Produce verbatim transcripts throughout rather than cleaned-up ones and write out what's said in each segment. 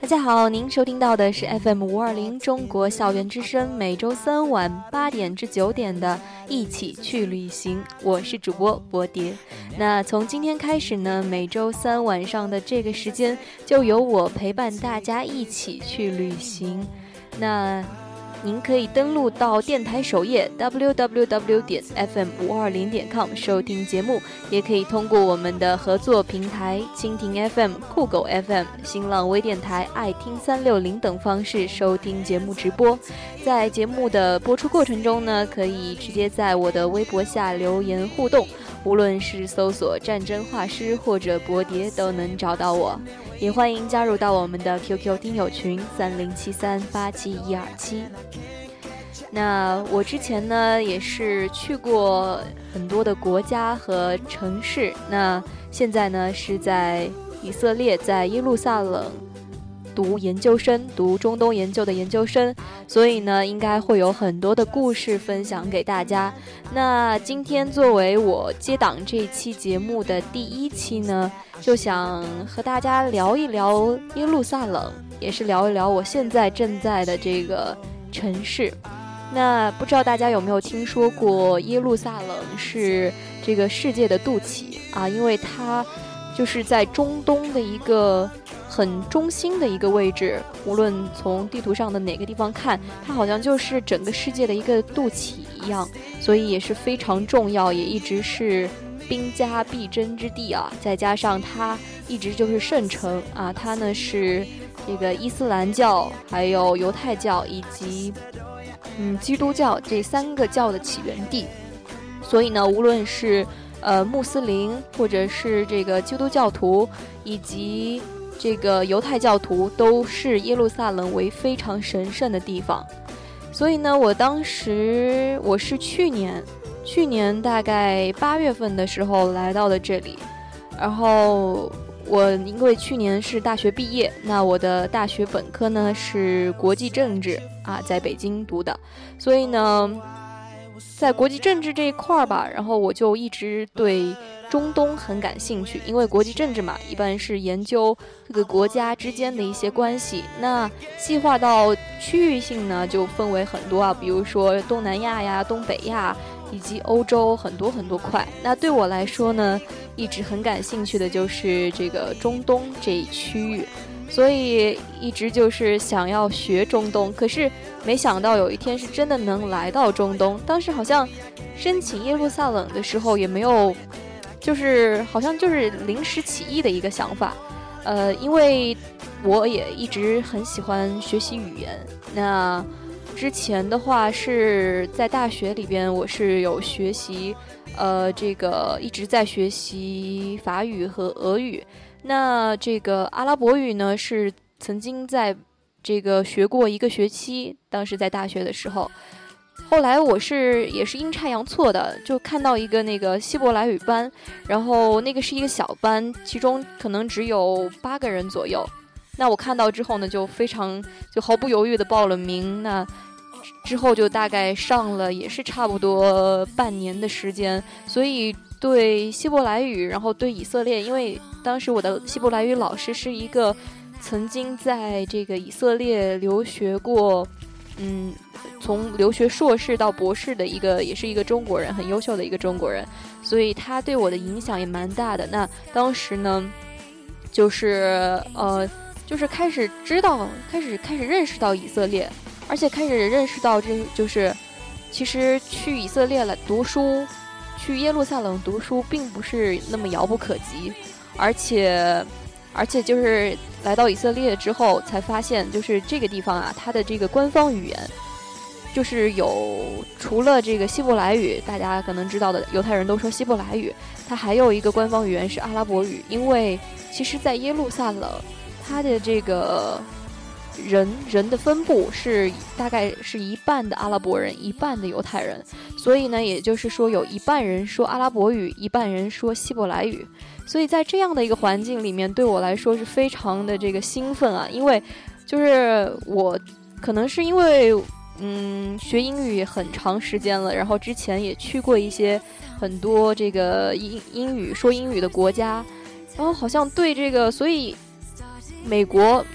大家好，您收听到的是 F M 五二零中国校园之声，每周三晚八点至九点的一起去旅行，我是主播波蝶。那从今天开始呢，每周三晚上的这个时间就由我陪伴大家一起去旅行。那您可以登录到电台首页 double-u double-u double-u 点 f m 五二零点 com 收听节目，也可以通过我们的合作平台蜻蜓 F M、酷狗 F M、新浪微电台、爱听三六零等方式收听节目直播。在节目的播出过程中呢，可以直接在我的微博下留言互动，无论是搜索战争画师或者博蝶都能找到我。也欢迎加入到我们的 Q Q 听友群三零七三八七一二七。那我之前呢也是去过很多的国家和城市，那现在呢是在以色列，在耶路撒冷读研究生，读中东研究的研究生，所以呢应该会有很多的故事分享给大家。那今天作为我接档这一期节目的第一期呢，就想和大家聊一聊耶路撒冷，也是聊一聊我现在正在的这个城市。那不知道大家有没有听说过耶路撒冷是这个世界的肚脐啊？因为它就是在中东的一个很中心的一个位置，无论从地图上的哪个地方看，它好像就是整个世界的一个肚脐一样，所以也是非常重要，也一直是兵家必争之地啊。再加上它一直就是圣城啊，它呢是这个伊斯兰教、还有犹太教以及嗯基督教这三个教的起源地，所以呢，无论是呃穆斯林或者是这个基督教徒以及这个犹太教徒，都是耶路撒冷为非常神圣的地方。所以呢，我当时我是去年去年大概八月份的时候来到了这里，然后我因为去年是大学毕业，那我的大学本科呢是国际政治啊，在北京读的，所以呢在国际政治这一块吧，然后我就一直对中东很感兴趣，因为国际政治嘛，一般是研究各个国家之间的一些关系，那细化到区域性呢就分为很多啊，比如说东南亚呀、东北亚以及欧洲很多很多块。那对我来说呢，一直很感兴趣的就是这个中东这一区域，所以一直就是想要学中东，可是没想到有一天是真的能来到中东。当时好像申请耶路撒冷的时候也没有，就是好像就是临时起意的一个想法，呃，因为我也一直很喜欢学习语言。那之前的话是在大学里边，我是有学习，呃，这个一直在学习法语和俄语。那这个阿拉伯语呢，是曾经在这个学过一个学期，当时在大学的时候。后来我是也是阴差阳错的，就看到一个那个希伯来语班，然后那个是一个小班，其中可能只有八个人左右。那我看到之后呢，就非常就毫不犹豫的报了名。那之后就大概上了也是差不多半年的时间，所以对希伯来语，然后对以色列，因为当时我的希伯来语老师是一个曾经在这个以色列留学过，嗯，从留学硕士到博士的一个，也是一个中国人，很优秀的一个中国人，所以他对我的影响也蛮大的。那当时呢，就是呃，就是开始知道，开始开始认识到以色列，而且开始认识到这就是其实去以色列来读书，去耶路撒冷读书并不是那么遥不可及，而且而且就是来到以色列之后才发现，就是这个地方啊，它的这个官方语言就是有除了这个希伯来语，大家可能知道的犹太人都说希伯来语，它还有一个官方语言是阿拉伯语。因为其实在耶路撒冷，它的这个人人的分布是大概是一半的阿拉伯人，一半的犹太人，所以呢，也就是说有一半人说阿拉伯语，一半人说希伯来语。所以在这样的一个环境里面，对我来说是非常的这个兴奋啊，因为就是我可能是因为嗯学英语很长时间了，然后之前也去过一些很多这个英英语说英语的国家，然后好像对这个，所以美国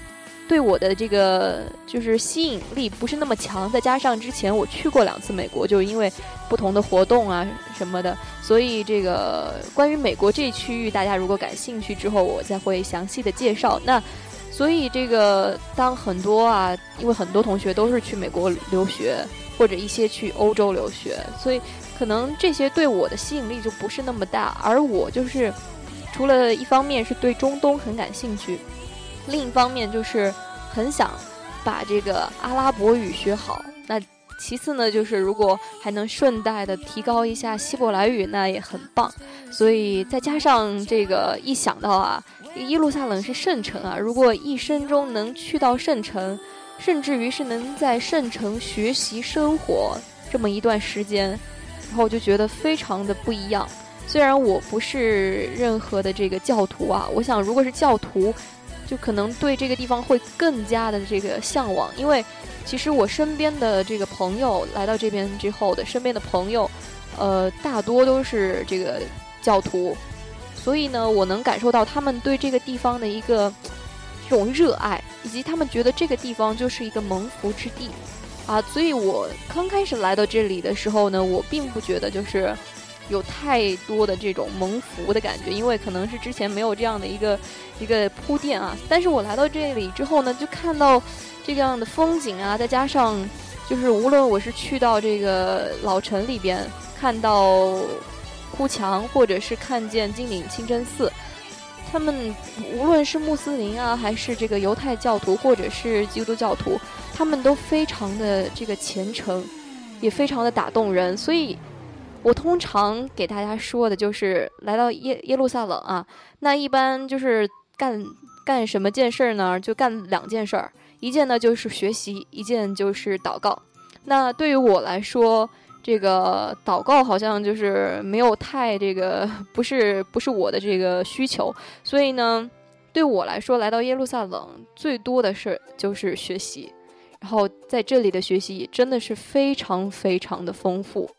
对我的这个就是吸引力不是那么强，再加上之前我去过两次美国，就是因为不同的活动啊什么的，所以这个关于美国这一区域，大家如果感兴趣之后，我再会详细的介绍。那所以这个当很多啊，因为很多同学都是去美国留学，或者一些去欧洲留学，所以可能这些对我的吸引力就不是那么大，而我就是除了一方面是对中东很感兴趣，另一方面就是很想把这个阿拉伯语学好，那其次呢就是如果还能顺带的提高一下希伯来语，那也很棒。所以再加上这个一想到啊，耶路撒冷是圣城啊，如果一生中能去到圣城，甚至于是能在圣城学习生活这么一段时间，然后我就觉得非常的不一样。虽然我不是任何的这个教徒啊，我想如果是教徒就可能对这个地方会更加的这个向往，因为其实我身边的这个朋友来到这边之后的身边的朋友呃，大多都是这个教徒，所以呢我能感受到他们对这个地方的一个这种热爱，以及他们觉得这个地方就是一个蒙福之地啊。所以我刚开始来到这里的时候呢，我并不觉得就是有太多的这种蒙福的感觉，因为可能是之前没有这样的一个一个铺垫啊。但是我来到这里之后呢，就看到这样的风景啊，再加上就是无论我是去到这个老城里边看到哭墙，或者是看见金顶清真寺，他们无论是穆斯林啊，还是这个犹太教徒，或者是基督教徒，他们都非常的这个虔诚，也非常的打动人。所以我通常给大家说的就是来到耶耶路撒冷啊，那一般就是干干什么件事呢？就干两件事儿，一件呢就是学习，一件就是祷告。那对于我来说，这个祷告好像就是没有太这个不是不是我的这个需求，所以呢对我来说来到耶路撒冷最多的是就是学习，然后在这里的学习真的是非常非常的丰富。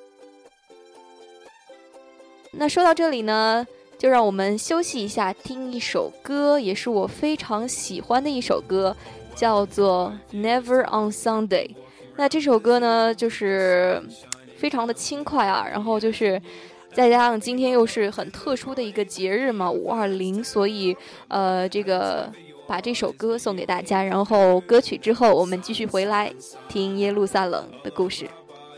那说到这里呢，就让我们休息一下，听一首歌，也是我非常喜欢的一首歌，叫做 Never on Sunday。那这首歌呢就是非常的轻快啊，然后就是再加上今天又是很特殊的一个节日嘛，五二零，所以呃这个把这首歌送给大家，然后歌曲之后我们继续回来听耶路撒冷的故事。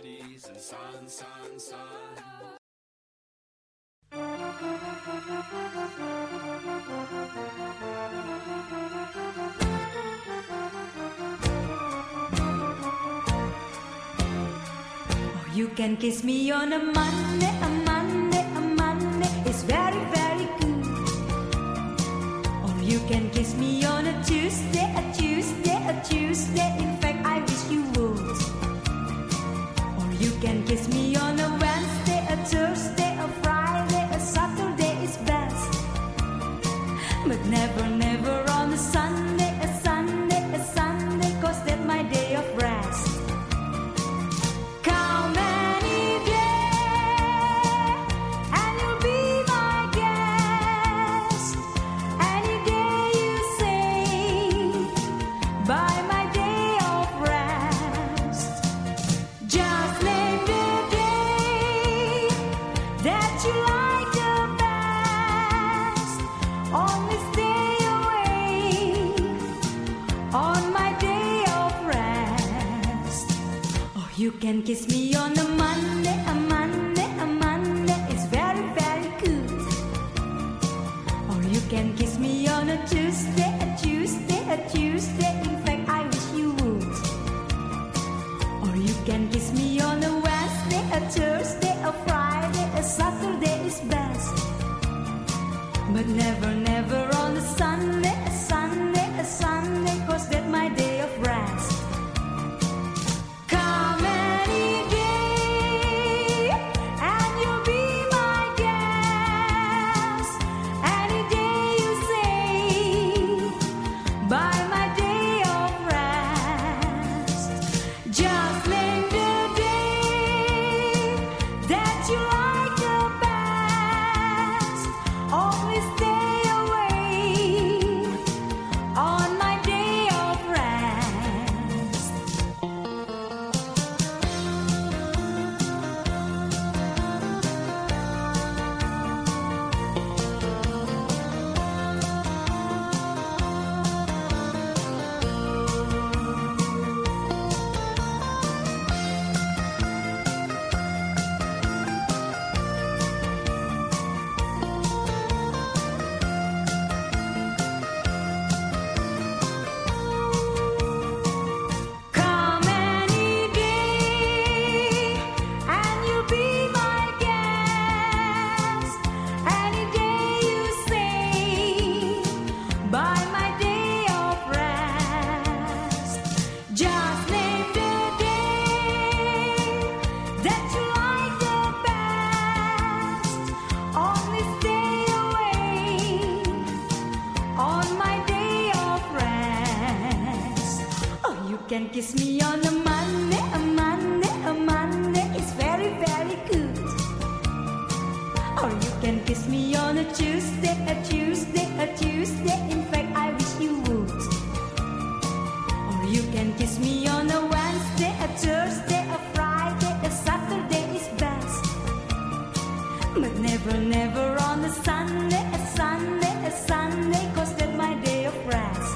You can kiss me on a Monday, a Monday, a Monday, it's very, very good. Or you can kiss me on a Tuesday, a Tuesday, a Tuesday, in fact I wish you would. Or you can kiss me on a Wednesday, a Thursday, a Friday, a Saturday is best. But never, never on a Sunday, a Sunday, a Sunday, cause that's my day of rest. You can kiss me on a Monday, a Monday, a Monday, it's very, very good. Or you can kiss me on a Tuesday, a Tuesday, a Tuesday, in fact I wish you would. Or you can kiss me on a Wednesday, a Thursday, a Friday, a Saturday is best. But never, never on a Sunday, a Sunday, a Sunday, cause that's my day of rest. By my day can kiss me on a Monday, a Monday, a Monday. It's very, very good. Or you can kiss me on a Tuesday, a Tuesday, a Tuesday. In fact, I wish you would. Or you can kiss me on a Wednesday, a Thursday, a Friday, a Saturday is best. But never, never on a Sunday, a Sunday, a Sunday, 'cause that's my day of rest.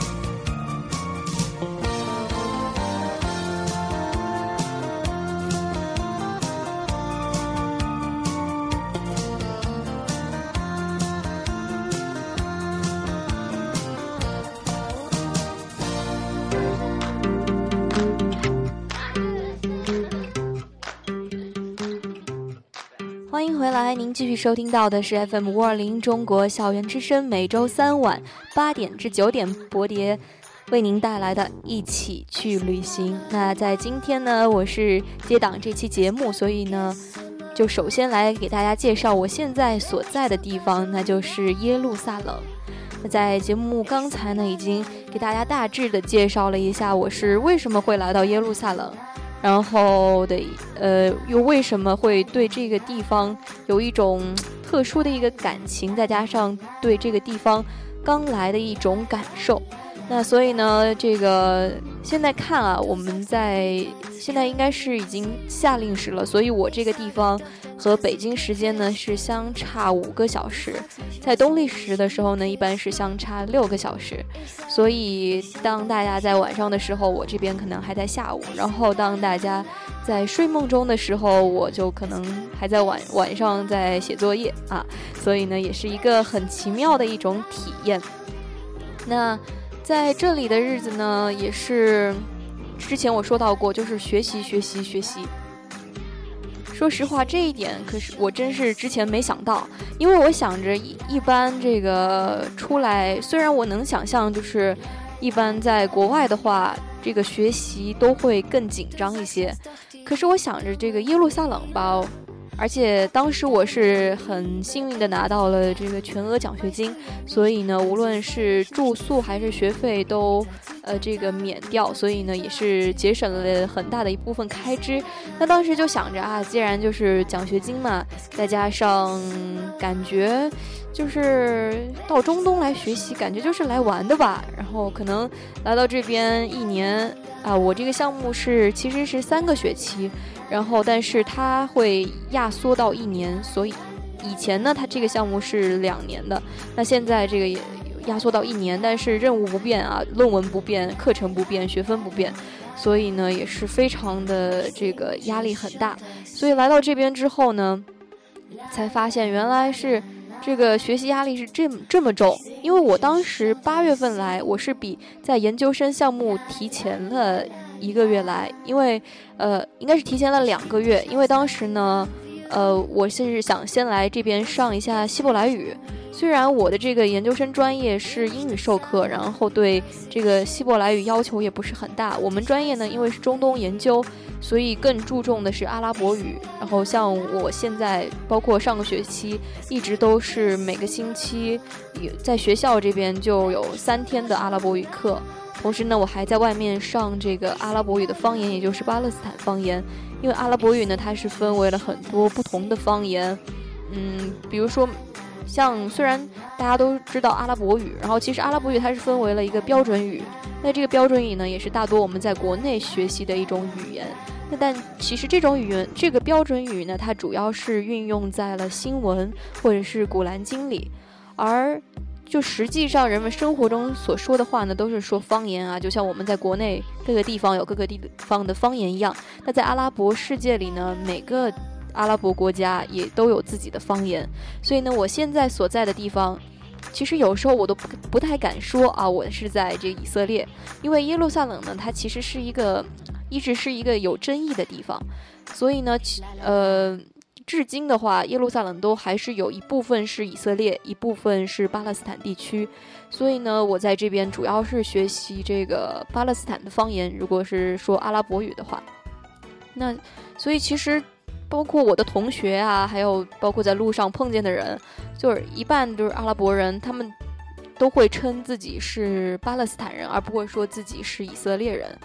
欢迎回来，您继续收听到的是 F M 五二零中国校园之声，每周三晚八点至九点，博蝶为您带来的一起去旅行。那在今天呢，我是接档这期节目，所以呢，就首先来给大家介绍我现在所在的地方，那就是耶路撒冷。那在节目刚才呢，已经给大家大致的介绍了一下我是为什么会来到耶路撒冷。然后的呃，又为什么会对这个地方有一种特殊的一个感情，再加上对这个地方刚来的一种感受。那所以呢，这个现在看啊，我们在现在应该是已经夏令时了，所以我这个地方和北京时间呢是相差五个小时，在冬令时的时候呢，一般是相差六个小时。所以当大家在晚上的时候，我这边可能还在下午；然后当大家在睡梦中的时候，我就可能还在晚晚上在写作业啊。所以呢，也是一个很奇妙的一种体验。那在这里的日子呢，也是之前我说到过，就是学习学习学习。说实话，这一点可是我真是之前没想到，因为我想着一一般这个出来，虽然我能想象，就是一般在国外的话，这个学习都会更紧张一些。可是我想着这个耶路撒冷吧，而且当时我是很幸运的拿到了这个全额奖学金，所以呢，无论是住宿还是学费都呃这个免掉，所以呢也是节省了很大的一部分开支。那当时就想着啊，既然就是奖学金嘛，再加上感觉就是到中东来学习，感觉就是来玩的吧。然后可能来到这边一年啊，我这个项目是其实是三个学期。然后但是它会压缩到一年，所以以前呢它这个项目是两年的，那现在这个也压缩到一年，但是任务不变啊，论文不变，课程不变，学分不变，所以呢也是非常的这个压力很大。所以来到这边之后呢，才发现原来是这个学习压力是这么这么重。因为我当时八月份来，我是比在研究生项目提前了一个月来，因为呃应该是提前了两个月，因为当时呢呃我是想先来这边上一下希伯来语。虽然我的这个研究生专业是英语授课，然后对这个希伯来语要求也不是很大，我们专业呢因为是中东研究，所以更注重的是阿拉伯语。然后像我现在包括上个学期一直都是每个星期在学校这边就有三天的阿拉伯语课，同时呢我还在外面上这个阿拉伯语的方言，也就是巴勒斯坦方言。因为阿拉伯语呢它是分为了很多不同的方言，嗯，比如说像虽然大家都知道阿拉伯语，然后其实阿拉伯语它是分为了一个标准语，那这个标准语呢也是大多我们在国内学习的一种语言。那但其实这种语言这个标准语呢，它主要是运用在了新闻或者是古兰经里，而就实际上人们生活中所说的话呢都是说方言啊，就像我们在国内各个地方有各个地方的方言一样。那在阿拉伯世界里呢，每个阿拉伯国家也都有自己的方言，所以呢我现在所在的地方其实有时候我都不不太敢说啊我是在这个以色列，因为耶路撒冷呢它其实是一个一直是一个有争议的地方，所以呢呃至今的话耶路撒冷都还是有一部分是以色列，一部分是巴勒斯坦地区。所以呢我在这边主要是学习这个巴勒斯坦的方言，如果是说阿拉伯语的话。那所以其实包括我的同学啊，还有包括在路上碰见的人，就是一半都是阿拉伯人，他们都会称自己是巴勒斯坦人，而不会说自己是以色列人。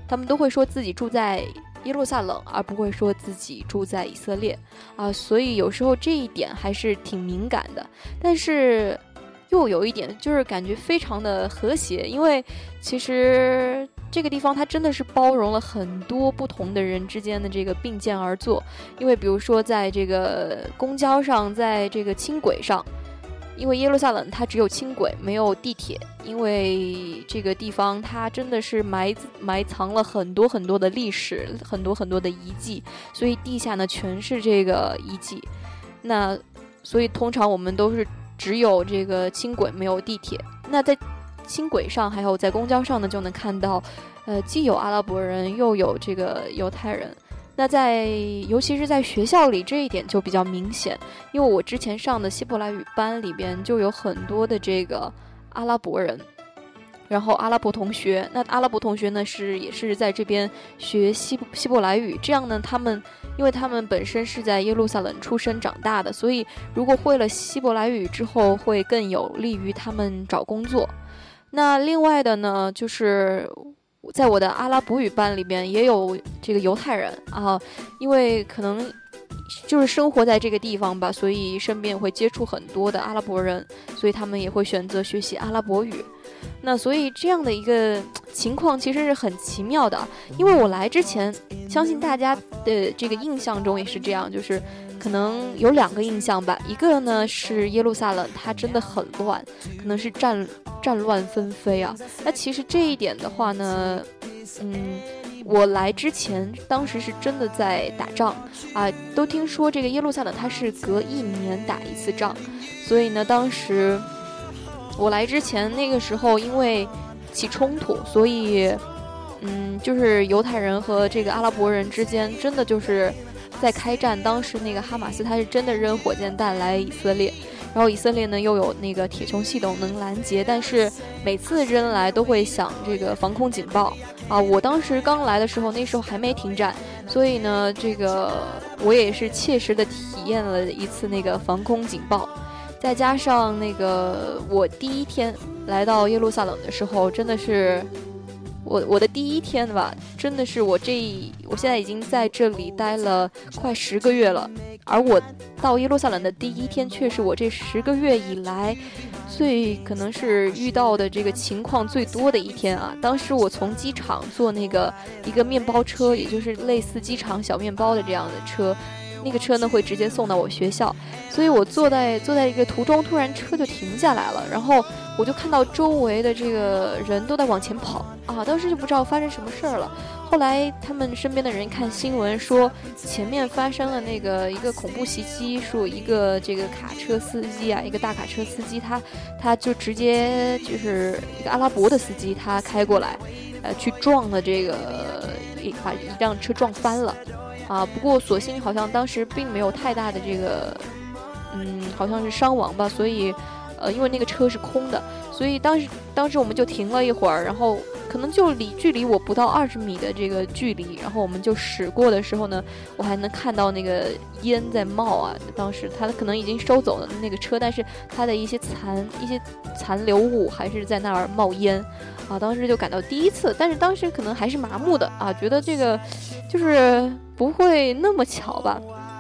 他们都会说自己住在耶路撒冷，而不会说自己住在以色列啊，所以有时候这一点还是挺敏感的。但是又有一点就是感觉非常的和谐，因为其实这个地方它真的是包容了很多不同的人之间的这个并肩而坐。因为比如说在这个公交上，在这个轻轨上，因为耶路撒冷它只有轻轨没有地铁，因为这个地方它真的是埋埋藏了很多很多的历史，很多很多的遗迹，所以地下呢全是这个遗迹。那所以通常我们都是只有这个轻轨没有地铁。那在轻轨上还有在公交上呢，就能看到呃既有阿拉伯人又有这个犹太人。那在尤其是在学校里，这一点就比较明显，因为我之前上的希伯来语班里边就有很多的这个阿拉伯人，然后阿拉伯同学，那阿拉伯同学呢是也是在这边学希希伯来语，这样呢他们因为他们本身是在耶路撒冷出生长大的，所以如果会了希伯来语之后会更有利于他们找工作。那另外的呢，就是在我的阿拉伯语班里边也有这个犹太人啊，因为可能就是生活在这个地方吧，所以身边会接触很多的阿拉伯人，所以他们也会选择学习阿拉伯语。那所以这样的一个情况其实是很奇妙的，因为我来之前，相信大家的这个印象中也是这样，就是可能有两个印象吧，一个呢是耶路撒冷它真的很乱，可能是战战乱纷飞啊。那其实这一点的话呢，嗯，我来之前当时是真的在打仗啊，都听说这个耶路撒冷它是隔一年打一次仗，所以呢当时我来之前那个时候因为起冲突，所以嗯，就是犹太人和这个阿拉伯人之间真的就是在开战。当时那个哈马斯他是真的扔火箭弹来以色列，然后以色列呢又有那个铁穹系统能拦截，但是每次扔来都会响这个防空警报啊。我当时刚来的时候，那时候还没停战，所以呢这个我也是切实的体验了一次那个防空警报。再加上那个我第一天来到耶路撒冷的时候，真的是我我的第一天吧，真的是我这我现在已经在这里待了快十个月了，而我到耶路撒冷的第一天却是我这十个月以来最可能是遇到的这个情况最多的一天啊！当时我从机场坐那个一个面包车，也就是类似机场小面包的这样的车，那个车呢会直接送到我学校，所以我坐在坐在一个途中，突然车就停下来了，然后我就看到周围的这个人都在往前跑啊，当时就不知道发生什么事儿了。后来他们身边的人看新闻说前面发生了那个一个恐怖袭击，说一个这个卡车司机啊，一个大卡车司机，他他就直接就是一个阿拉伯的司机，他开过来，呃，去撞了这个一把一辆车撞翻了。啊，不过所幸好像当时并没有太大的这个，嗯，好像是伤亡吧，所以，呃，因为那个车是空的，所以当时当时我们就停了一会儿，然后可能就离距离我不到二十米的这个距离，然后我们就驶过的时候呢，我还能看到那个烟在冒啊，当时他可能已经收走了那个车，但是他的一些残一些残留物还是在那儿冒烟。啊，当时就感到第一次，但是当时可能还是麻木的啊，觉得这个就是不会那么巧吧。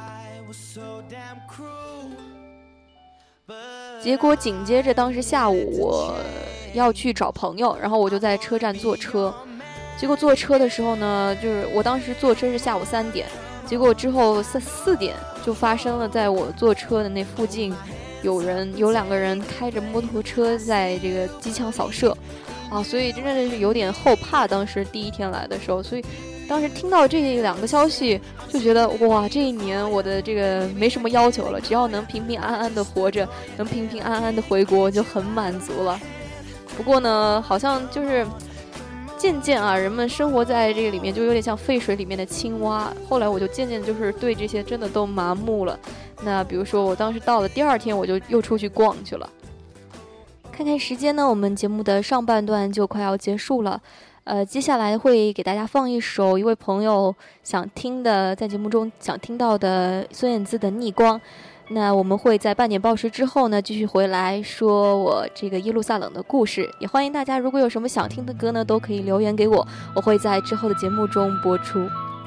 结果紧接着当时下午我要去找朋友，然后我就在车站坐车，结果坐车的时候呢，就是我当时坐车是下午三点，结果之后四四点就发生了，在我坐车的那附近有人有两个人开着摩托车在这个机枪扫射啊，所以真的是有点后怕。当时第一天来的时候，所以当时听到这两个消息，就觉得哇，这一年我的这个没什么要求了，只要能平平安安的活着，能平平安安的回国，就很满足了。不过呢，好像就是渐渐啊，人们生活在这个里面，就有点像沸水里面的青蛙。后来我就渐渐就是对这些真的都麻木了。那比如说，我当时到了第二天，我就又出去逛去了。看看时间呢，我们节目的上半段就快要结束了，呃，接下来会给大家放一首一位朋友想听的，在节目中想听到的孙燕姿的《逆光》。 那我们会在半点报时之后呢，继续回来说我这个耶路撒冷的故事。也欢迎大家，如果有什么想听的歌呢，都可以留言给我，我会在之后的节目中播出。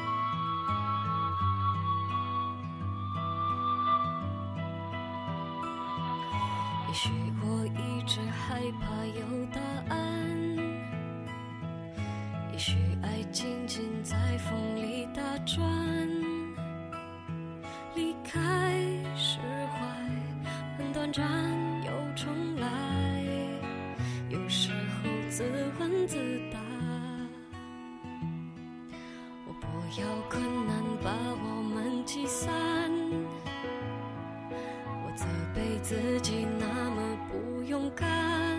也许我一直害怕有答案，也许爱静静在风里打转，离开释怀很短暂又重来，有时候自问自答，我不要困难把我们击散，我责备自己那么不勇敢，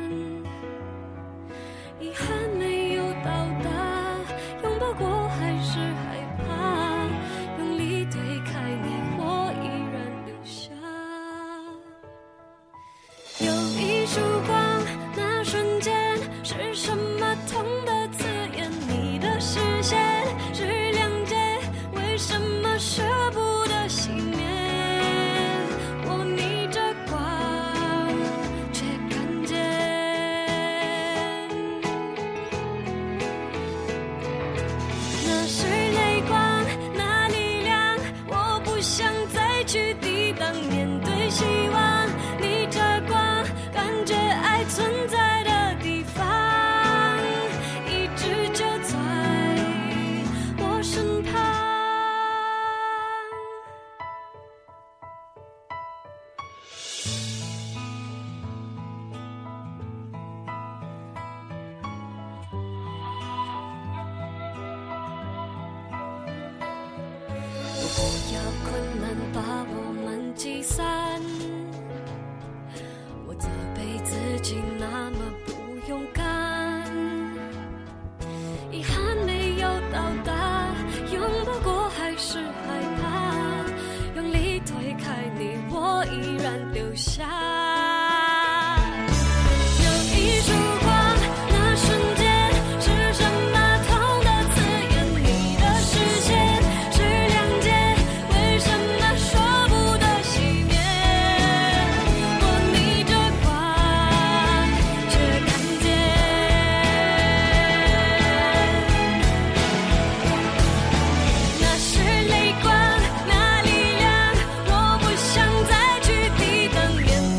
遗憾没有到达，拥抱过还是害怕，用力推开你我依然留下，有一束光，那瞬间是什么痛的刺眼，你的视线是谅解，为什么舍不得熄灭，我逆着光却看见，那是泪光，那力量，我不想再去抵挡，面对希望，逆着光，感觉爱存在的地方，一直就在我身旁。我不要困难把我们击散，我责备自己那么不勇敢，遗憾没有到达，拥抱过还是害怕，用力推开你我依然留下，有一束光，那瞬间是什么痛的刺眼，你的视线是谅解，为什么说不得熄灭，我逆着光却看见，那是泪光，那力量，我不想再去抵挡，面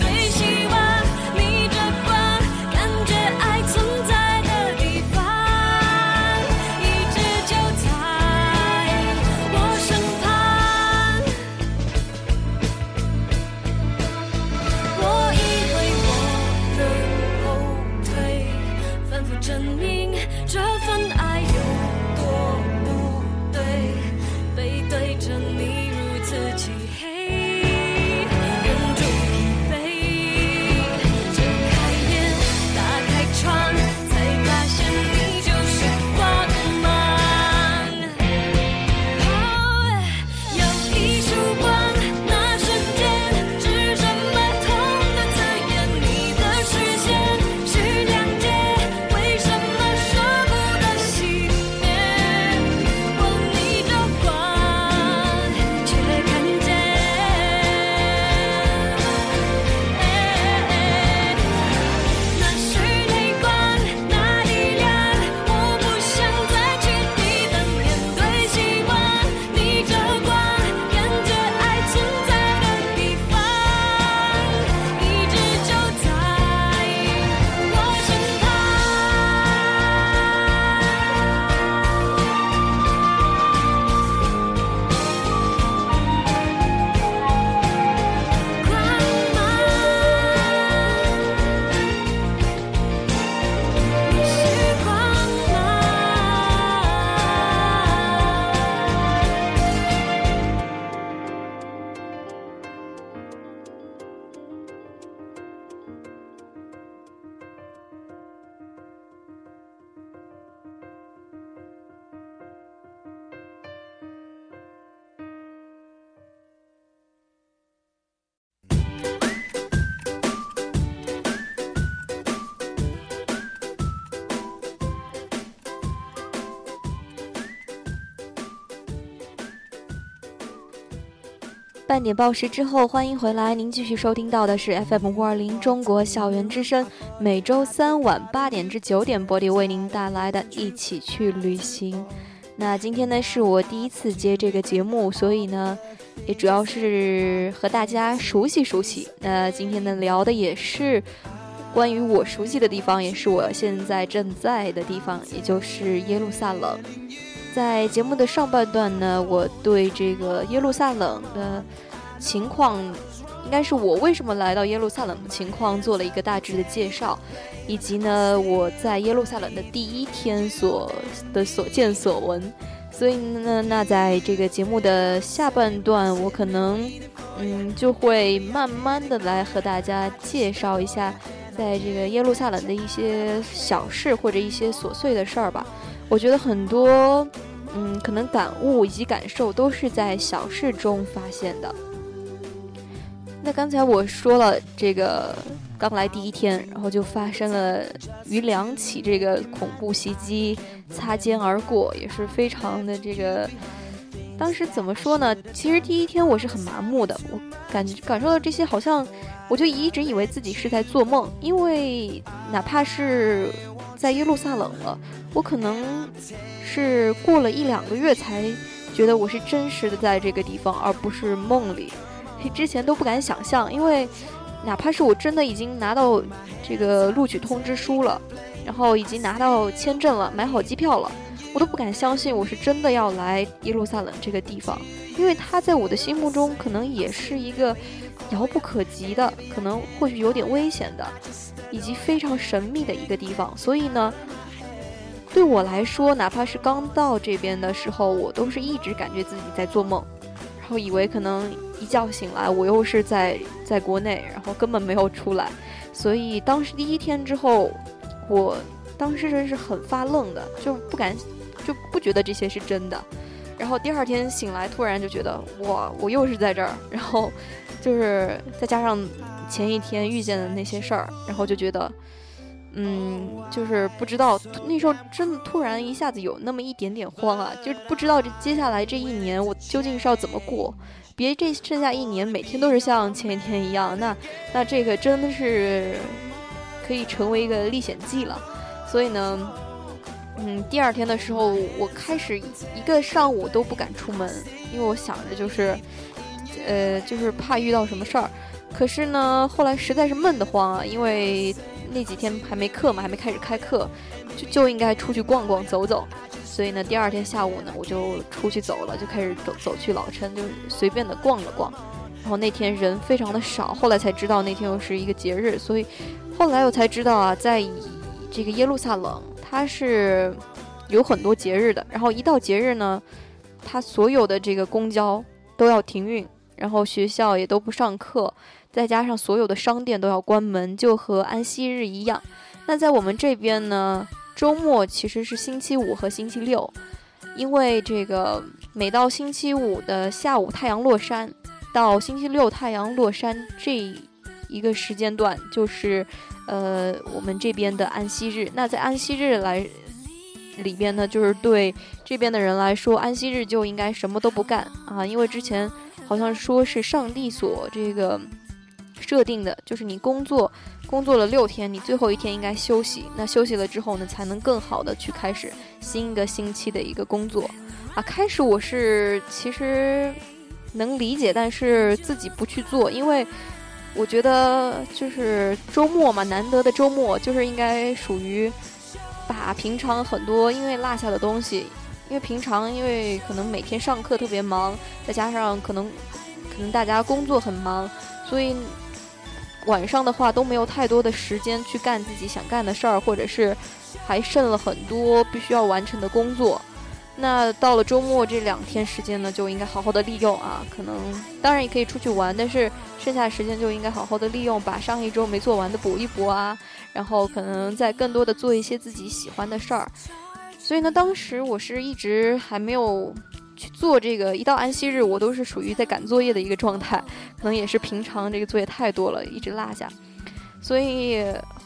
半点报时之后，欢迎回来。您继续收听到的是 F M 五二零中国校园之声，每周三晚八点至九点，波迪为您带来的一起去旅行。那今天呢是我第一次接这个节目，所以呢也主要是和大家熟悉熟悉。那今天呢聊的也是关于我熟悉的地方，也是我现在正在的地方，也就是耶路撒冷。在节目的上半段呢，我对这个耶路撒冷的情况，应该是我为什么来到耶路撒冷的情况做了一个大致的介绍，以及呢我在耶路撒冷的第一天所的所见所闻。所以呢，那在这个节目的下半段，我可能嗯就会慢慢的来和大家介绍一下在这个耶路撒冷的一些小事或者一些琐碎的事儿吧。我觉得很多嗯可能感悟以及感受都是在小事中发现的。那刚才我说了，这个刚来第一天，然后就发生了于两起这个恐怖袭击擦肩而过，也是非常的这个，当时怎么说呢，其实第一天我是很麻木的，我感觉感受到这些，好像我就一直以为自己是在做梦，因为哪怕是在耶路撒冷了，我可能是过了一两个月才觉得我是真实的在这个地方，而不是梦里。之前都不敢想象，因为哪怕是我真的已经拿到这个录取通知书了，然后已经拿到签证了，买好机票了，我都不敢相信我是真的要来耶路撒冷这个地方，因为它在我的心目中可能也是一个遥不可及的，可能或许有点危险的，以及非常神秘的一个地方。所以呢，对我来说，哪怕是刚到这边的时候，我都是一直感觉自己在做梦，然后以为可能一觉醒来我又是在在国内，然后根本没有出来。所以当时第一天之后，我当时真是很发愣的，就不敢就不觉得这些是真的。然后第二天醒来，突然就觉得哇，我又是在这儿，然后就是再加上前一天遇见的那些事儿，然后就觉得嗯，就是不知道，那时候真的突然一下子有那么一点点慌啊，就是不知道这接下来这一年我究竟是要怎么过。别这剩下一年每天都是像前一天一样，那那这个真的是可以成为一个历险记了。所以呢嗯，第二天的时候我开始一个上午都不敢出门，因为我想着就是呃，就是怕遇到什么事儿。可是呢后来实在是闷得慌啊，因为那几天还没课嘛，还没开始开课，就就应该出去逛逛走走。所以呢第二天下午呢我就出去走了，就开始走走去老城，就随便的逛了逛。然后那天人非常的少，后来才知道那天又是一个节日，所以后来我才知道啊，在这个耶路撒冷它是有很多节日的，然后一到节日呢，它所有的这个公交都要停运，然后学校也都不上课，再加上所有的商店都要关门，就和安息日一样。那在我们这边呢，周末其实是星期五和星期六，因为这个每到星期五的下午太阳落山，到星期六太阳落山这一个时间段，就是呃我们这边的安息日。那在安息日来里边呢，就是对这边的人来说，安息日就应该什么都不干啊，因为之前好像说是上帝所这个设定的，就是你工作工作了六天，你最后一天应该休息，那休息了之后呢，才能更好的去开始新一个星期的一个工作啊。开始我是其实能理解，但是自己不去做，因为我觉得就是周末嘛，难得的周末就是应该属于把平常很多因为落下的东西，因为平常因为可能每天上课特别忙，再加上可能可能大家工作很忙，所以晚上的话都没有太多的时间去干自己想干的事儿，或者是还剩了很多必须要完成的工作。那到了周末这两天时间呢，就应该好好的利用啊，可能当然也可以出去玩，但是剩下的时间就应该好好的利用，把上一周没做完的补一补啊，然后可能再更多的做一些自己喜欢的事儿。所以呢当时我是一直还没有去做这个，一到安息日我都是属于在赶作业的一个状态，可能也是平常这个作业太多了，一直落下。所以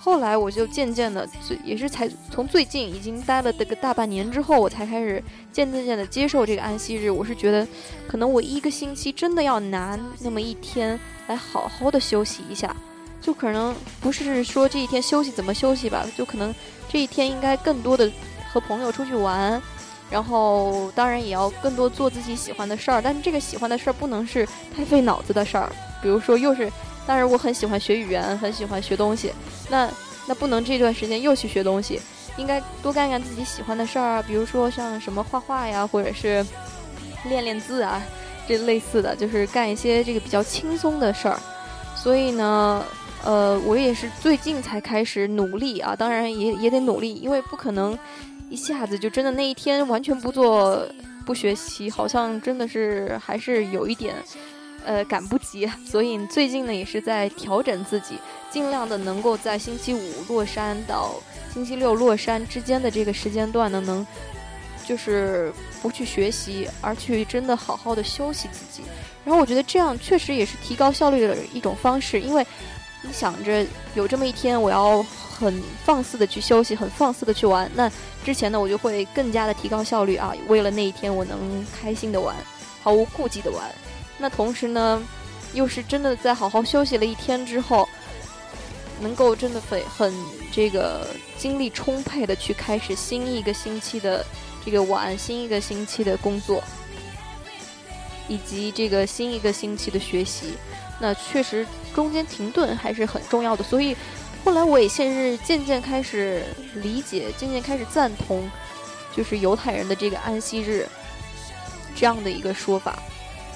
后来我就渐渐的，也是才从最近已经待了这个大半年之后，我才开始渐渐渐的接受这个安息日。我是觉得，可能我一个星期真的要拿那么一天来好好的休息一下，就可能不是说这一天休息怎么休息吧，就可能这一天应该更多的和朋友出去玩，然后当然也要更多做自己喜欢的事儿，但是这个喜欢的事儿不能是太费脑子的事儿，比如说又是。当然我很喜欢学语言，很喜欢学东西，那那不能这段时间又去学东西，应该多干干自己喜欢的事儿啊，比如说像什么画画呀，或者是练练字啊，这类似的，就是干一些这个比较轻松的事儿。所以呢，呃，我也是最近才开始努力啊，当然也也得努力，因为不可能一下子就真的那一天完全不做不学习，好像真的是还是有一点。呃，赶不及，所以最近呢也是在调整自己，尽量的能够在星期五落山到星期六落山之间的这个时间段呢，能就是不去学习，而去真的好好的休息自己。然后我觉得这样确实也是提高效率的一种方式，因为你想着有这么一天，我要很放肆的去休息，很放肆的去玩，那之前呢我就会更加的提高效率啊，为了那一天我能开心的玩，毫无顾忌的玩。那同时呢，又是真的在好好休息了一天之后，能够真的很很这个精力充沛的去开始新一个星期的这个玩，新一个星期的工作，以及这个新一个星期的学习。那确实中间停顿还是很重要的，所以后来我也现是渐渐开始理解，渐渐开始赞同，就是犹太人的这个安息日这样的一个说法。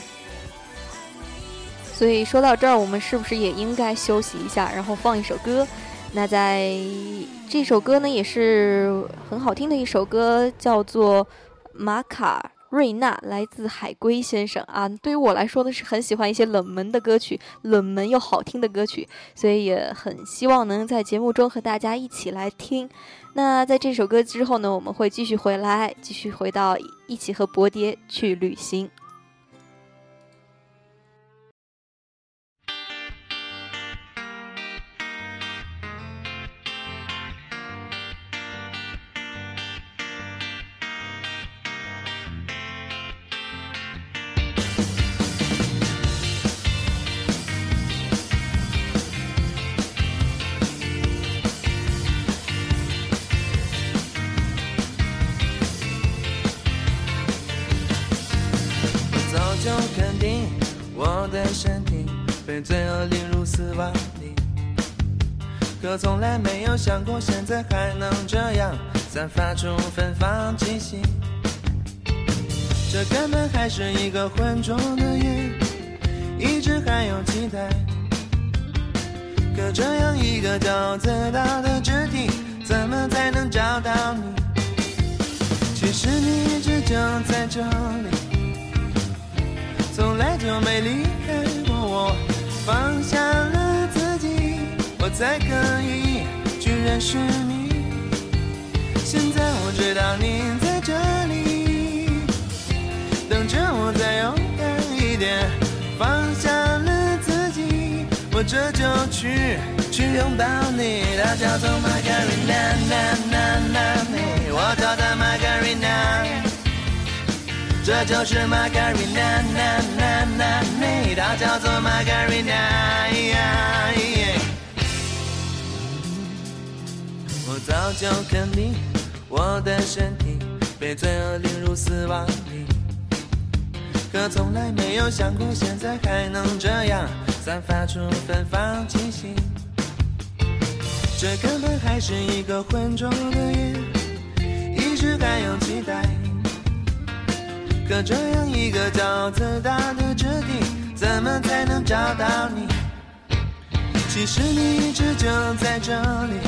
所以说到这儿，我们是不是也应该休息一下，然后放一首歌？那在这首歌呢，也是很好听的一首歌，叫做《马卡瑞娜》，来自海龟先生啊。对于我来说呢，是很喜欢一些冷门的歌曲，冷门又好听的歌曲，所以也很希望能在节目中和大家一起来听。那在这首歌之后呢，我们会继续回来，继续回到一起和伯爹去旅行。 就肯定我的身体被罪恶淋入死亡里，可从来没有想过现在还能这样散发出芬芳气息。这根本还是一个浑浊的夜，一直还有期待，可这样一个叫自大的肢体，怎么才能找到你？其实你一直就在这里，从来就没离开过我，放下了自己，我才可以去认识你。现在我知道你在这里，等着我再勇敢一点，放下了自己，我这就去去拥抱你。它叫做 Margarina， 我找到 Margarina，这就是 Margarina， 它叫做 Margarina。 我早就肯定我的身体被罪恶淋入死亡里，可从来没有想过现在还能这样散发出芬芳气息。这根本还是一个浑浊的夜，一直还有期待，可这样一个叫自大的肢体，怎么才能找到你？其实你一直就在这里，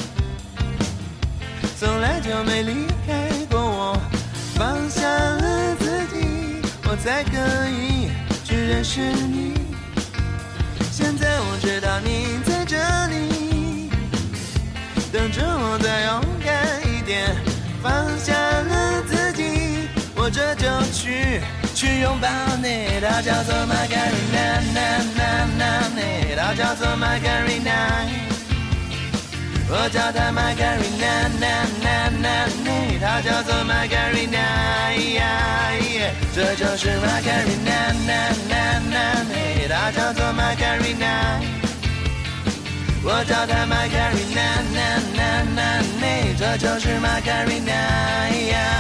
从来就没离开过我，放下了自己，我才可以去认识你。现在我知道你在这里，等着我再勇敢一点，放下了自己，我这就去去拥抱你。它叫做 Margarina， 它叫做 Margarina， 我叫她 Margarina， 她叫做 Margarina， 这就是 Margarina， 她叫做 Margarina， 我叫她 Margarina， 这就是 Margarina。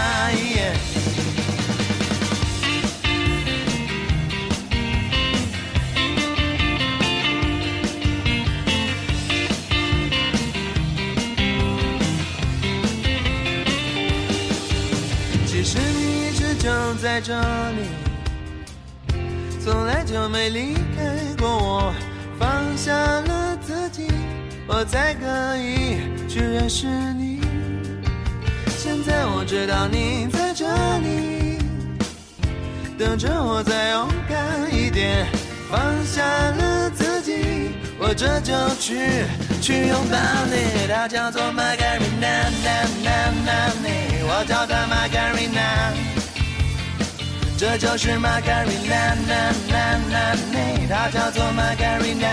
其实你一直就在这里，从来就没离开过我，放下了自己，我才可以去认识你。现在我知道你在这里，等着我再勇敢一点，放下了自己，我这就去去拥抱你。她叫做 Margarina， 我叫她 Margarina， 这就是 Margarina， 她叫做 Margarina，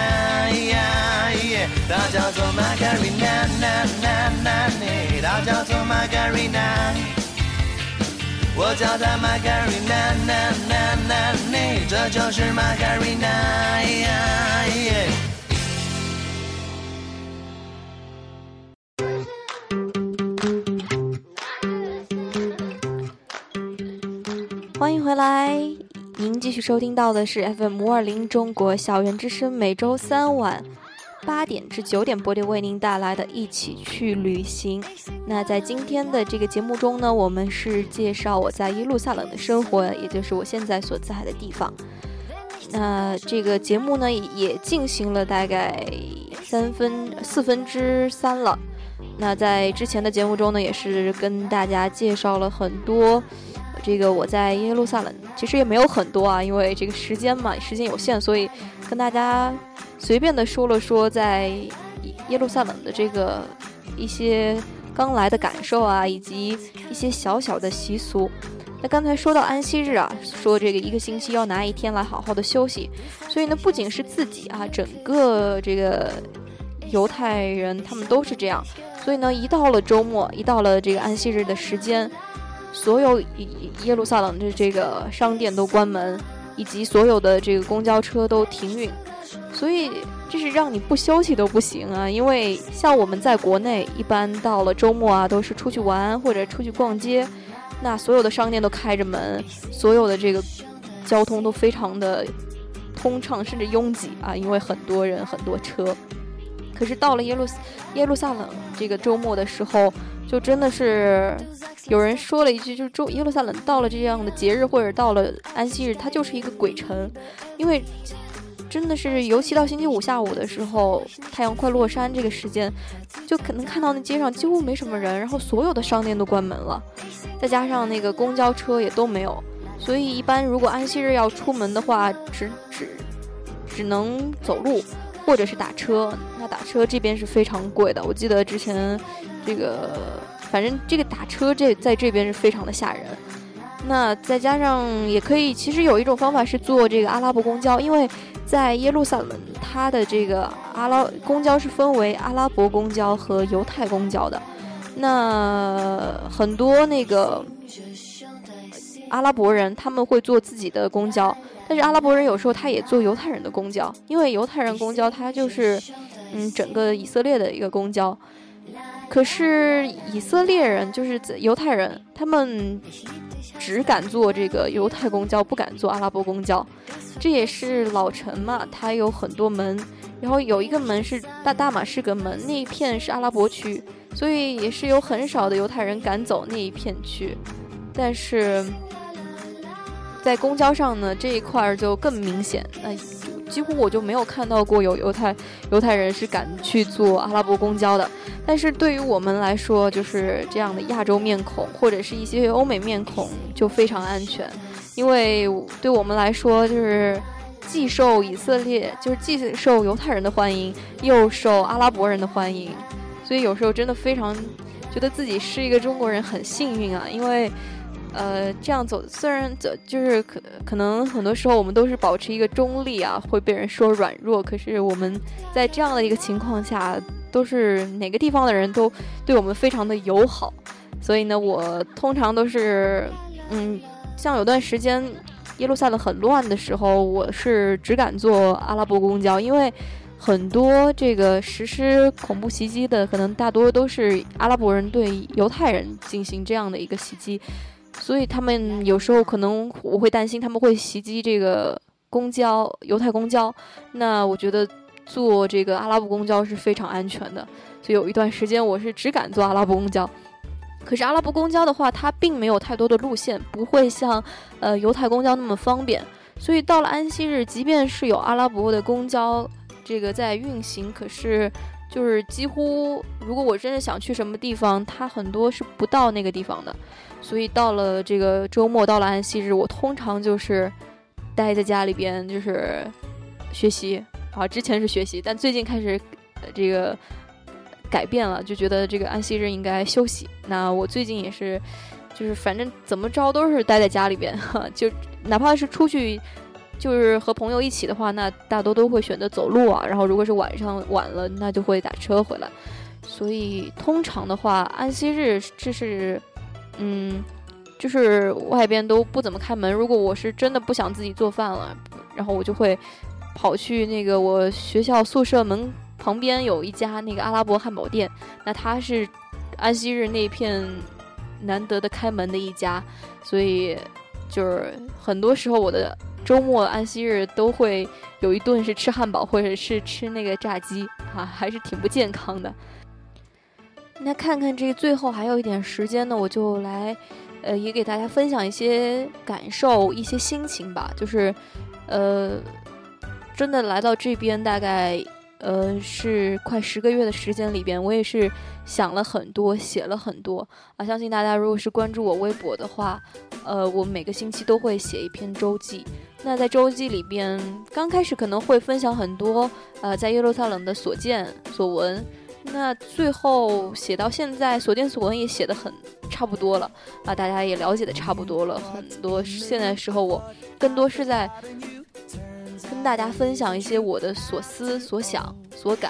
她叫做 Margarina， 她叫做 Margarina， 我叫她 Margarina， 这就是 Margarina。 欢迎回来，您继续收听到的是 F M 五二零中国校园之声，每周三晚八点至九点播点为您带来的一起去旅行。那在今天的这个节目中呢，我们是介绍我在耶路撒冷的生活，也就是我现在所在的地方。那这个节目呢也进行了大概三分四分之三了。那在之前的节目中呢，也是跟大家介绍了很多这个我在耶路撒冷，其实也没有很多啊，因为这个时间嘛，时间有限，所以跟大家随便的说了说在耶路撒冷的这个一些刚来的感受啊，以及一些小小的习俗。那刚才说到安息日啊，说这个一个星期要拿一天来好好的休息，所以呢，不仅是自己啊，整个这个犹太人他们都是这样。所以呢，一到了周末，一到了这个安息日的时间，所有耶路撒冷的这个商店都关门，以及所有的这个公交车都停运，所以这是让你不休息都不行啊。因为像我们在国内，一般到了周末啊，都是出去玩或者出去逛街，那所有的商店都开着门，所有的这个交通都非常的通畅，甚至拥挤啊，因为很多人很多车。可是到了耶路耶路撒冷这个周末的时候，就真的是有人说了一句，就是周耶路撒冷到了这样的节日或者到了安息日，它就是一个鬼城。因为真的是尤其到星期五下午的时候，太阳快落山这个时间，就可能看到那街上几乎没什么人，然后所有的商店都关门了，再加上那个公交车也都没有，所以一般如果安息日要出门的话，只只只能走路或者是打车。那打车这边是非常贵的，我记得之前这个反正这个打车这在这边是非常的吓人。那再加上也可以，其实有一种方法是坐这个阿拉伯公交，因为在耶路撒冷它的这个阿拉公交是分为阿拉伯公交和犹太公交的。那很多那个阿拉伯人他们会坐自己的公交，但是阿拉伯人有时候他也坐犹太人的公交，因为犹太人公交它就是嗯整个以色列的一个公交。可是以色列人就是犹太人，他们只敢坐这个犹太公交，不敢坐阿拉伯公交。这也是老城嘛，它有很多门，然后有一个门是大大马士革门，那一片是阿拉伯区，所以也是有很少的犹太人敢走那一片区。但是在公交上呢，这一块就更明显，那几乎我就没有看到过有犹太犹太人是敢去坐阿拉伯公交的。但是对于我们来说，就是这样的亚洲面孔或者是一些欧美面孔就非常安全，因为对我们来说，就是既受以色列就是既受犹太人的欢迎，又受阿拉伯人的欢迎，所以有时候真的非常觉得自己是一个中国人，很幸运啊。因为呃，这样走，虽然走就是可可能很多时候我们都是保持一个中立啊，会被人说软弱，可是我们在这样的一个情况下， 都是哪个地方的人都对我们非常的友好，所以呢，我通常都是，嗯，像有段时间耶路撒冷很乱的时候，我是只敢坐阿拉伯公交，因为很多这个实施恐怖袭击的，可能大多都是阿拉伯人对犹太人进行这样的一个袭击，所以他们有时候可能我会担心他们会袭击这个公交，犹太公交。那我觉得坐这个阿拉伯公交是非常安全的，所以有一段时间我是只敢坐阿拉伯公交。可是阿拉伯公交的话，它并没有太多的路线，不会像呃犹太公交那么方便，所以到了安息日，即便是有阿拉伯的公交这个在运行，可是就是几乎如果我真的想去什么地方，它很多是不到那个地方的。所以到了这个周末，到了安息日，我通常就是待在家里边，就是学习啊。之前是学习，但最近开始、呃、这个改变了，就觉得这个安息日应该休息。那我最近也是，就是反正怎么着都是待在家里边，就哪怕是出去，就是和朋友一起的话，那大多都会选择走路啊。然后如果是晚上晚了，那就会打车回来。所以通常的话，安息日这是。嗯，就是外边都不怎么开门。如果我是真的不想自己做饭了，然后我就会跑去那个我学校宿舍门旁边有一家那个阿拉伯汉堡店，那它是安息日那片难得的开门的一家，所以就是很多时候我的周末安息日都会有一顿是吃汉堡或者是吃那个炸鸡啊，还是挺不健康的。那看看这最后还有一点时间呢，我就来，呃，也给大家分享一些感受、一些心情吧。就是，呃，真的来到这边大概，呃，是快十个月的时间里边，我也是想了很多，写了很多啊。相信大家如果是关注我微博的话，呃，我每个星期都会写一篇周记。那在周记里边，刚开始可能会分享很多，呃，在耶路撒冷的所见所闻。那最后写到现在，所见所闻也写得很差不多了啊，大家也了解的差不多了。很多现在时候，我更多是在跟大家分享一些我的所思所想所感。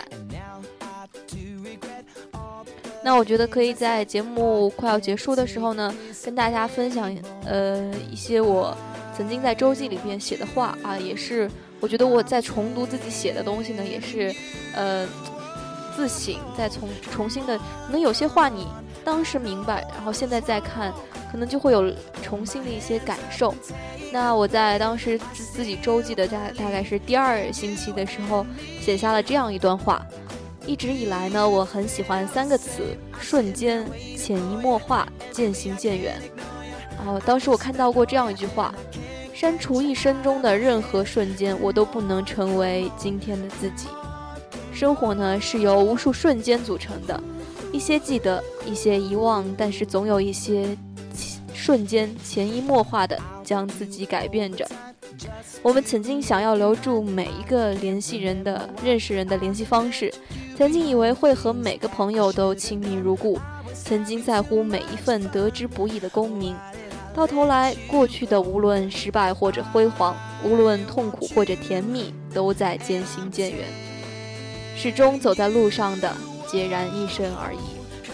那我觉得可以在节目快要结束的时候呢，跟大家分享呃一些我曾经在周记里边写的话啊，也是我觉得我在重读自己写的东西呢，也是呃。自省，再重重新的，可能有些话你当时明白，然后现在再看，可能就会有重新的一些感受。那我在当时自己周记的大大概是第二星期的时候，写下了这样一段话。一直以来呢，我很喜欢三个词：瞬间、潜移默化、渐行渐远。哦，当时我看到过这样一句话：删除一生中的任何瞬间，我都不能成为今天的自己。生活呢是由无数瞬间组成的，一些记得，一些遗忘，但是总有一些瞬间潜移默化的将自己改变着。我们曾经想要留住每一个联系人的、认识人的联系方式，曾经以为会和每个朋友都亲密如故，曾经在乎每一份得之不易的功名。到头来，过去的无论失败或者辉煌，无论痛苦或者甜蜜，都在渐行渐远。始终走在路上的孑然一身而已。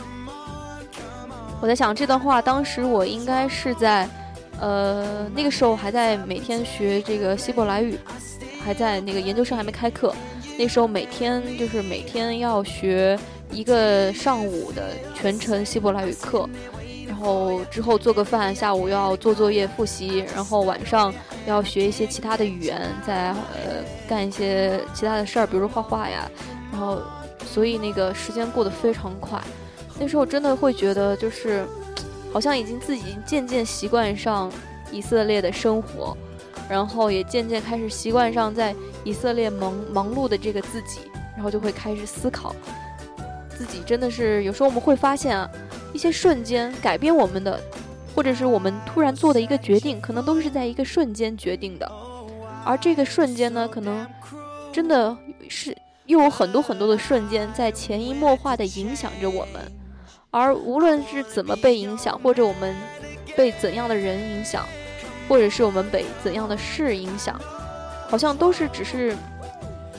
我在想这段话，当时我应该是在，呃，那个时候还在每天学这个希伯来语，还在那个研究生还没开课。那时候每天就是每天要学一个上午的全程希伯来语课，然后之后做个饭，下午要做作业复习，然后晚上要学一些其他的语言，再呃干一些其他的事儿，比如说画画呀。然后，所以那个时间过得非常快。那时候真的会觉得，就是好像已经自己渐渐习惯上以色列的生活，然后也渐渐开始习惯上在以色列忙忙碌的这个自己，然后就会开始思考自己真的是有时候我们会发现啊，一些瞬间改变我们的，或者是我们突然做的一个决定，可能都是在一个瞬间决定的，而这个瞬间呢，可能真的是又有很多很多的瞬间在潜移默化地影响着我们，而无论是怎么被影响，或者我们被怎样的人影响，或者是我们被怎样的事影响，好像都是只是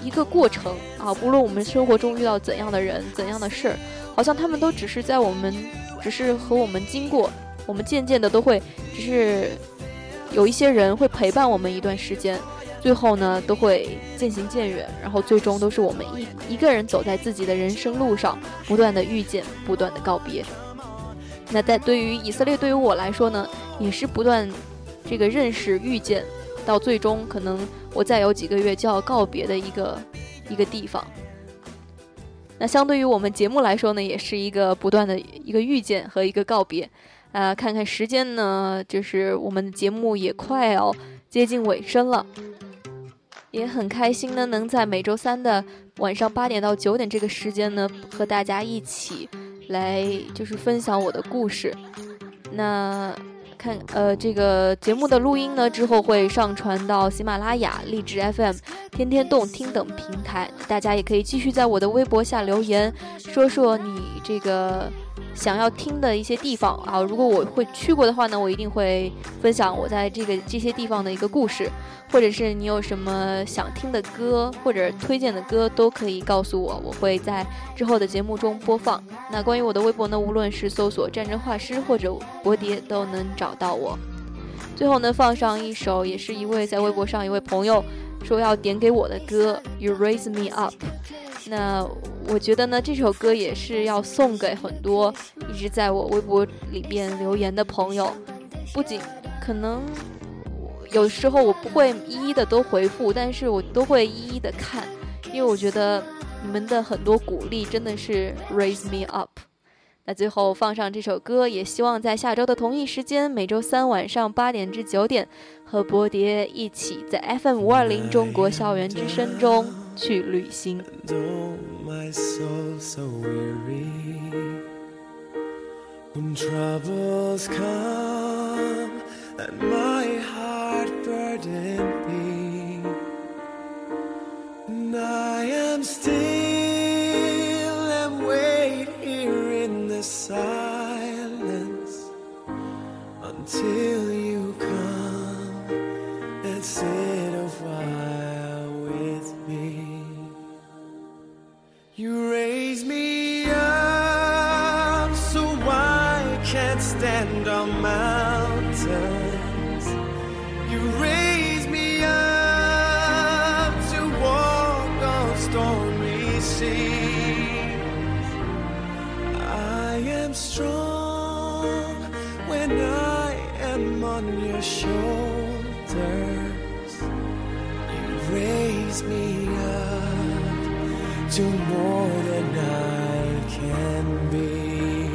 一个过程啊，无论我们生活中遇到怎样的人、怎样的事儿，好像他们都只是在我们，只是和我们经过，我们渐渐的都会，只是有一些人会陪伴我们一段时间，最后呢都会渐行渐远，然后最终都是我们一一个人走在自己的人生路上，不断的遇见，不断的告别。那在对于以色列，对于我来说呢，也是不断这个认识、遇见，到最终可能我再有几个月就要告别的一个一个地方。那相对于我们节目来说呢，也是一个不断的一个遇见和一个告别。啊、呃，看看时间呢，就是我们的节目也快要接近尾声了，也很开心呢，能在每周三的晚上八点到九点这个时间呢，和大家一起来就是分享我的故事。那看呃这个节目的录音呢，之后会上传到喜马拉雅、荔枝 F M、天天动听等平台，大家也可以继续在我的微博下留言，说说你这个想要听的一些地方啊。如果我会去过的话呢，我一定会分享我在这个这些地方的一个故事，或者是你有什么想听的歌或者推荐的歌，都可以告诉我，我会在之后的节目中播放。那关于我的微博呢，无论是搜索战争画师或者博蝶都能找到我。最后呢，放上一首也是一位在微博上一位朋友说要点给我的歌 You Raise Me Up。 那我觉得呢，这首歌也是要送给很多一直在我微博里边留言的朋友，不仅可能有时候我不会一一的都回复，但是我都会一一的看，因为我觉得你们的很多鼓励真的是 raise me up。 那最后放上这首歌，也希望在下周的同一时间，每周三晚上八点至九点，和博蝶一起在 F M 五二零中国校园之声中去旅行。 Though my soul so weary, when troubles come and my heart burden be, and I am still and wait here in the silence until you come and sit a while with me. You raise me up so I can't stand on mountains. You raise me up to walk on stormy seas. I am strong when I am on your shoulders. You raise me up to more than I can be.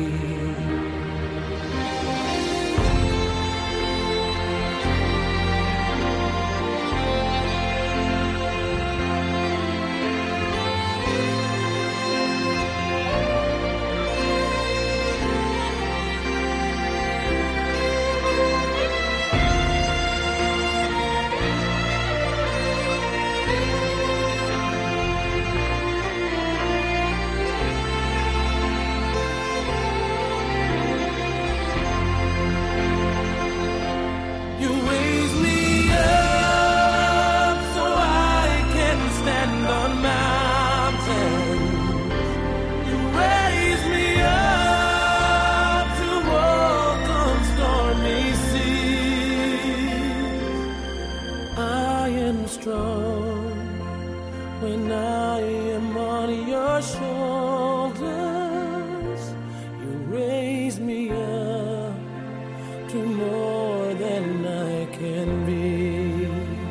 When I am on your shoulders, you raise me up to more than I can be.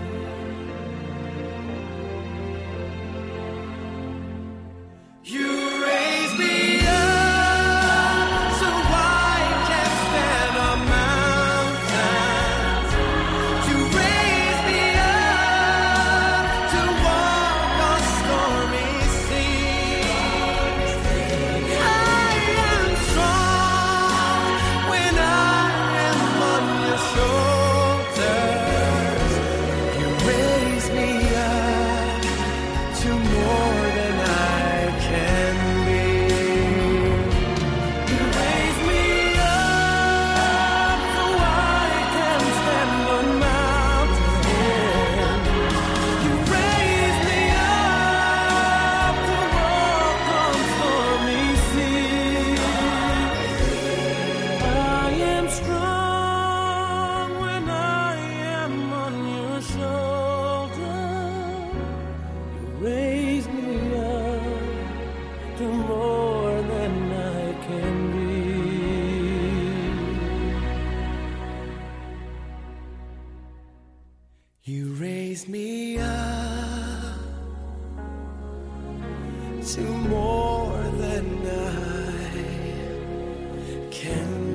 You raise me up so I can stand on mountains. You raise me up to walk on stormy seas. raise me up to more than I can